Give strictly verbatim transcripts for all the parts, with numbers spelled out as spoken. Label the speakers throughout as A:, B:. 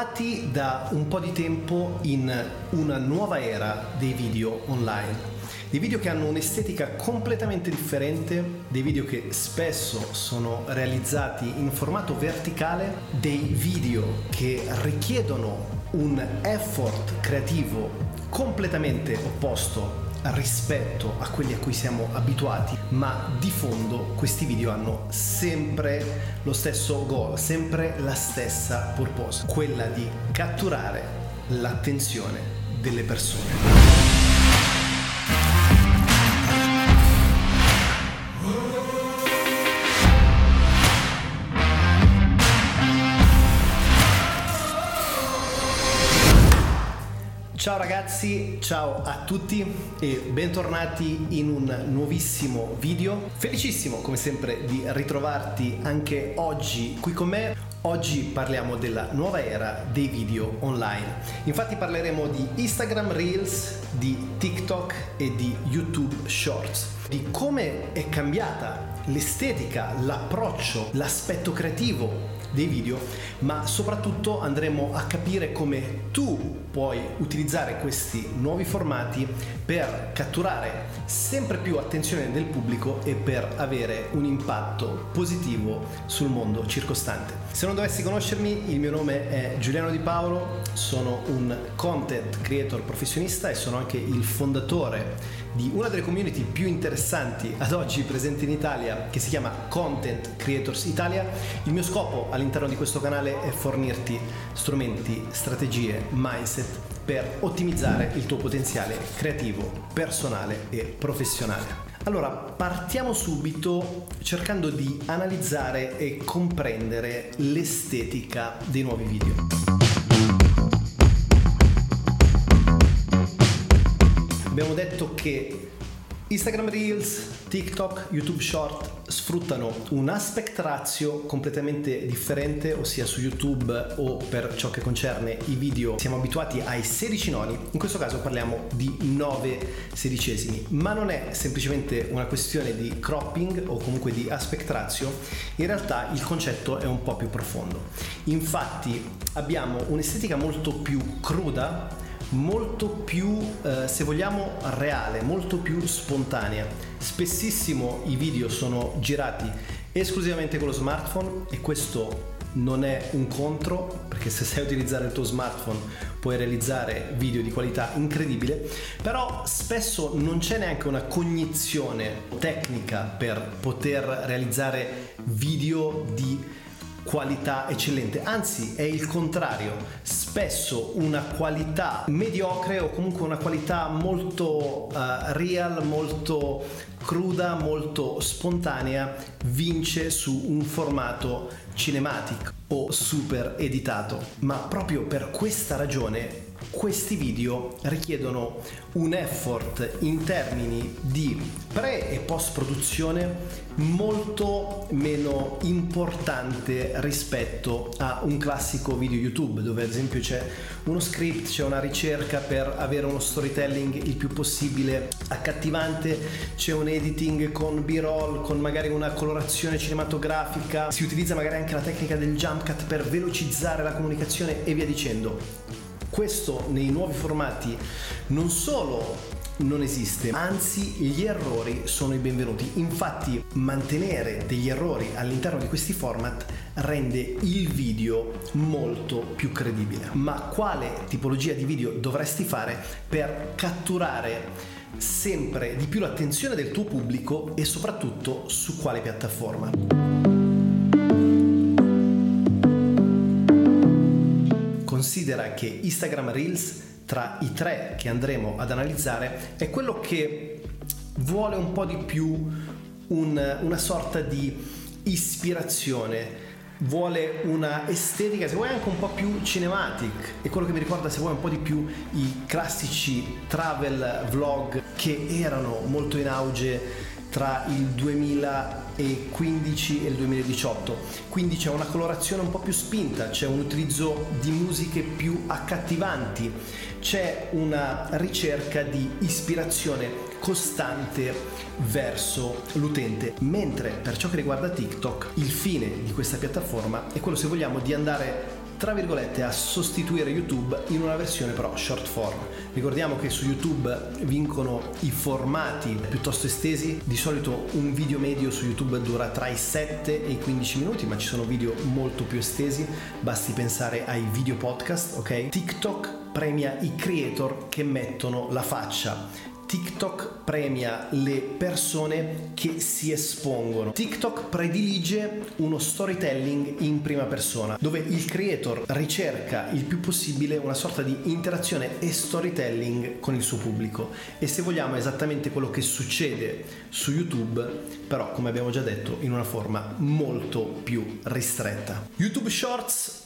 A: Bentrovati da un po' di tempo in una nuova era dei video online, dei video che hanno un'estetica completamente differente, dei video che spesso sono realizzati in formato verticale, dei video che richiedono un effort creativo completamente opposto rispetto a quelli a cui siamo abituati, ma di fondo questi video hanno sempre lo stesso goal, sempre la stessa purpose, quella di catturare l'attenzione delle persone. Ciao ragazzi, ciao a tutti e bentornati in un nuovissimo video. Felicissimo come sempre di ritrovarti anche oggi qui con me. Oggi parliamo della nuova era dei video online. Infatti parleremo di Instagram Reels, di TikTok e di YouTube Shorts, di come è cambiata l'estetica, l'approccio, l'aspetto creativo dei video, ma soprattutto andremo a capire come tu puoi utilizzare questi nuovi formati per catturare sempre più attenzione del pubblico e per avere un impatto positivo sul mondo circostante. Se non dovessi conoscermi, il mio nome è Giuliano Di Paolo, sono un content creator professionista e sono anche il fondatore di una delle community più interessanti ad oggi presenti in Italia, che si chiama Content Creators Italia. Il mio scopo all'interno di questo canale è fornirti strumenti, strategie, mindset per ottimizzare il tuo potenziale creativo, personale e professionale. Allora, partiamo subito cercando di analizzare e comprendere l'estetica dei nuovi video. Abbiamo detto che Instagram Reels, TikTok, YouTube Short sfruttano un aspect ratio completamente differente, ossia su YouTube o per ciò che concerne i video siamo abituati ai sedici noni, in questo caso parliamo di nove sedicesimi, ma non è semplicemente una questione di cropping o comunque di aspect ratio, in realtà il concetto è un po' più profondo. Infatti abbiamo un'estetica molto più cruda, molto più, eh, se vogliamo, reale, molto più spontanea. Spessissimo i video sono girati esclusivamente con lo smartphone e questo non è un contro, perché se sai utilizzare il tuo smartphone puoi realizzare video di qualità incredibile, però spesso non c'è neanche una cognizione tecnica per poter realizzare video di qualità eccellente, anzi è il contrario, spesso una qualità mediocre o comunque una qualità molto uh, real, molto cruda, molto spontanea vince su un formato cinematic o super editato, ma proprio per questa ragione questi video richiedono un effort in termini di pre e post produzione molto meno importante rispetto a un classico video YouTube, dove ad esempio c'è uno script, c'è una ricerca per avere uno storytelling il più possibile accattivante, c'è un editing con B-roll, con magari una colorazione cinematografica, si utilizza magari anche la tecnica del jump cut per velocizzare la comunicazione e via dicendo. Questo nei nuovi formati non solo non esiste, anzi gli errori sono i benvenuti. Infatti mantenere degli errori all'interno di questi format rende il video molto più credibile. Ma quale tipologia di video dovresti fare per catturare sempre di più l'attenzione del tuo pubblico e soprattutto su quale piattaforma? Considera che Instagram Reels, tra i tre che andremo ad analizzare, è quello che vuole un po' di più un, una sorta di ispirazione, vuole una estetica, se vuoi anche un po' più cinematic, è quello che mi ricorda, se vuoi, un po' di più i classici travel vlog che erano molto in auge tra il duemilaquindici e il duemiladiciotto, quindi c'è una colorazione un po' più spinta, c'è un utilizzo di musiche più accattivanti, c'è una ricerca di ispirazione costante verso l'utente, mentre per ciò che riguarda TikTok il fine di questa piattaforma è quello, se vogliamo, di andare tra virgolette a sostituire YouTube in una versione però short form. Ricordiamo che su YouTube vincono i formati piuttosto estesi, di solito un video medio su YouTube dura tra i sette e i quindici minuti, ma ci sono video molto più estesi, basti pensare ai video podcast, ok? TikTok premia i creator che mettono la faccia. TikTok premia le persone che si espongono. TikTok predilige uno storytelling in prima persona, dove il creator ricerca il più possibile una sorta di interazione e storytelling con il suo pubblico. E se vogliamo è esattamente quello che succede su YouTube, però come abbiamo già detto in una forma molto più ristretta. YouTube Shorts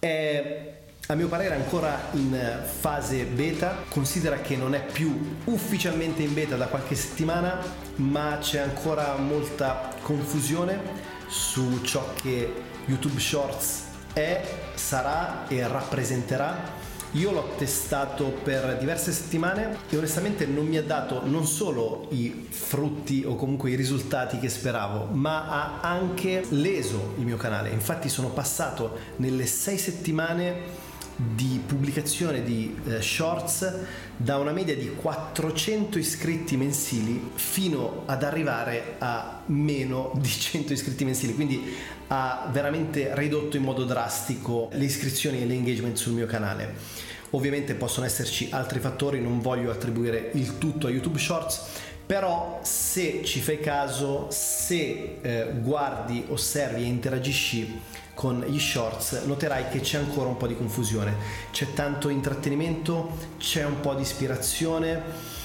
A: è, a mio parere, ancora in fase beta. Considera che non è più ufficialmente in beta da qualche settimana, ma c'è ancora molta confusione su ciò che YouTube Shorts è, sarà e rappresenterà. Io l'ho testato per diverse settimane e onestamente non mi ha dato non solo i frutti o comunque i risultati che speravo, ma ha anche leso il mio canale. Infatti sono passato nelle sei settimane di pubblicazione di eh, shorts da una media di quattrocento iscritti mensili fino ad arrivare a meno di cento iscritti mensili, quindi ha veramente ridotto in modo drastico le iscrizioni e l'engagement sul mio canale. Ovviamente possono esserci altri fattori, non voglio attribuire il tutto a YouTube Shorts, però se ci fai caso, se eh, guardi, osservi e interagisci con gli shorts, noterai che c'è ancora un po' di confusione, c'è tanto intrattenimento, c'è un po' di ispirazione,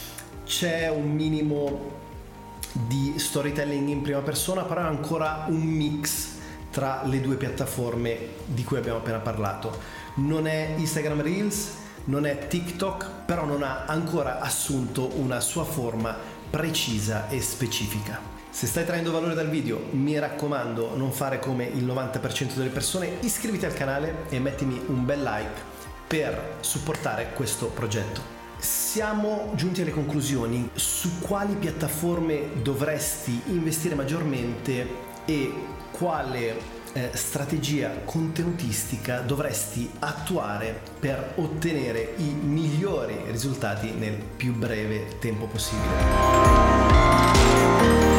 A: c'è un minimo di storytelling in prima persona, però è ancora un mix tra le due piattaforme di cui abbiamo appena parlato. Non è Instagram Reels, non è TikTok, però non ha ancora assunto una sua forma precisa e specifica. Se stai traendo valore dal video, mi raccomando, non fare come il novanta per cento delle persone, iscriviti al canale e mettimi un bel like per supportare questo progetto. Siamo giunti alle conclusioni. Su quali piattaforme dovresti investire maggiormente e quale eh, strategia contenutistica dovresti attuare per ottenere i migliori risultati nel più breve tempo possibile.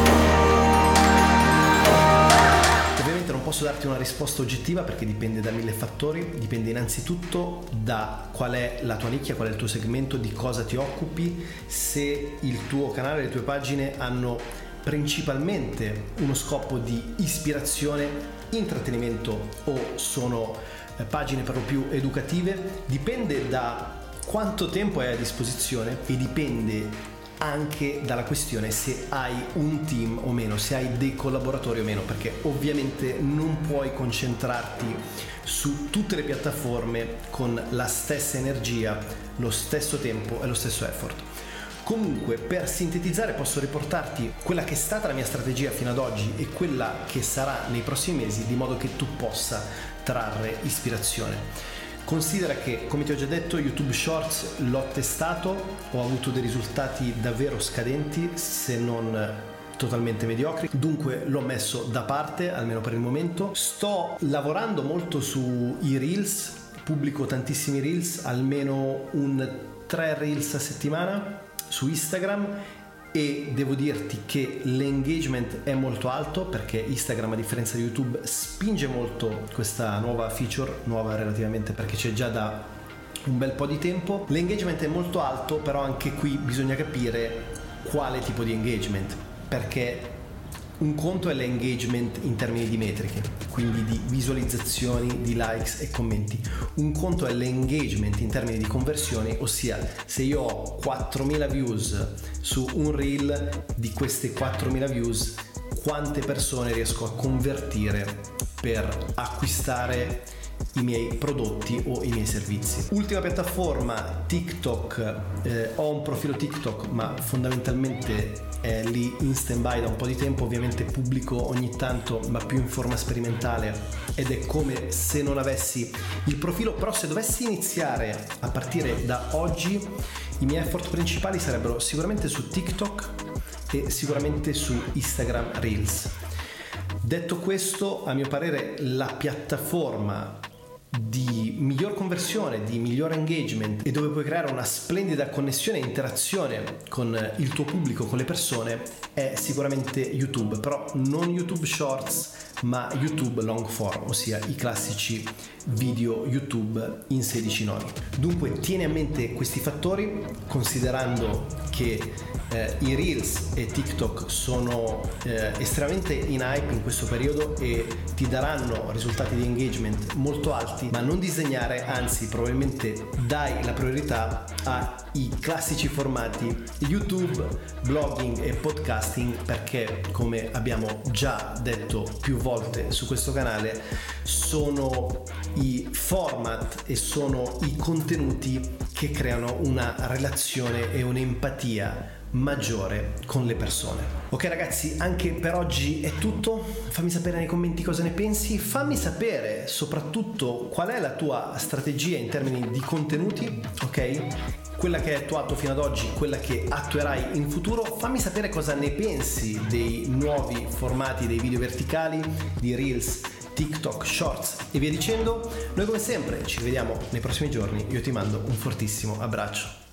A: Ovviamente non posso darti una risposta oggettiva perché dipende da mille fattori, dipende innanzitutto da qual è la tua nicchia, qual è il tuo segmento, di cosa ti occupi, se il tuo canale, le tue pagine hanno principalmente uno scopo di ispirazione, intrattenimento o sono pagine per lo più educative, dipende da quanto tempo hai a disposizione e dipende anche dalla questione se hai un team o meno, se hai dei collaboratori o meno, perché ovviamente non puoi concentrarti su tutte le piattaforme con la stessa energia, lo stesso tempo e lo stesso effort. Comunque, per sintetizzare, posso riportarti quella che è stata la mia strategia fino ad oggi e quella che sarà nei prossimi mesi, di modo che tu possa trarre ispirazione. Considera che, come ti ho già detto, YouTube Shorts l'ho testato, ho avuto dei risultati davvero scadenti, se non totalmente mediocri, dunque l'ho messo da parte, almeno per il momento. Sto lavorando molto sui Reels, pubblico tantissimi Reels, almeno un tre Reels a settimana su Instagram, e devo dirti che l'engagement è molto alto perché Instagram, a differenza di YouTube, spinge molto questa nuova feature, nuova relativamente perché c'è già da un bel po' di tempo. L'engagement è molto alto, però anche qui bisogna capire quale tipo di engagement, perché un conto è l'engagement in termini di metriche, quindi di visualizzazioni, di likes e commenti. Un conto è l'engagement in termini di conversioni, ossia se io ho quattromila views su un reel, di queste quattromila views quante persone riesco a convertire per acquistare i miei prodotti o i miei servizi. Ultima piattaforma, TikTok. Eh, ho un profilo TikTok, ma fondamentalmente è lì in stand-by da un po' di tempo. Ovviamente pubblico ogni tanto, ma più in forma sperimentale, ed è come se non avessi il profilo. Però se dovessi iniziare a partire da oggi, i miei effort principali sarebbero sicuramente su TikTok e sicuramente su Instagram Reels. Detto questo, a mio parere la piattaforma di miglior conversione, di miglior engagement e dove puoi creare una splendida connessione e interazione con il tuo pubblico, con le persone, è sicuramente YouTube, però non YouTube Shorts ma YouTube Long Form, ossia i classici video YouTube in sedici noni. Dunque tieni a mente questi fattori, considerando che eh, i Reels e TikTok sono eh, estremamente in hype in questo periodo e ti daranno risultati di engagement molto alti, ma non disegnare, anzi probabilmente dai la priorità ai classici formati YouTube, blogging e podcasting, perché come abbiamo già detto più volte su questo canale sono i format e sono i contenuti che creano una relazione e un'empatia maggiore con le persone. Ok ragazzi, anche per oggi è tutto. Fammi sapere nei commenti cosa ne pensi, fammi sapere soprattutto qual è la tua strategia in termini di contenuti, ok? Quella che hai attuato fino ad oggi, quella che attuerai in futuro. Fammi sapere cosa ne pensi dei nuovi formati, dei video verticali, di Reels, TikTok, Shorts e via dicendo. Noi come sempre ci vediamo nei prossimi giorni, io ti mando un fortissimo abbraccio.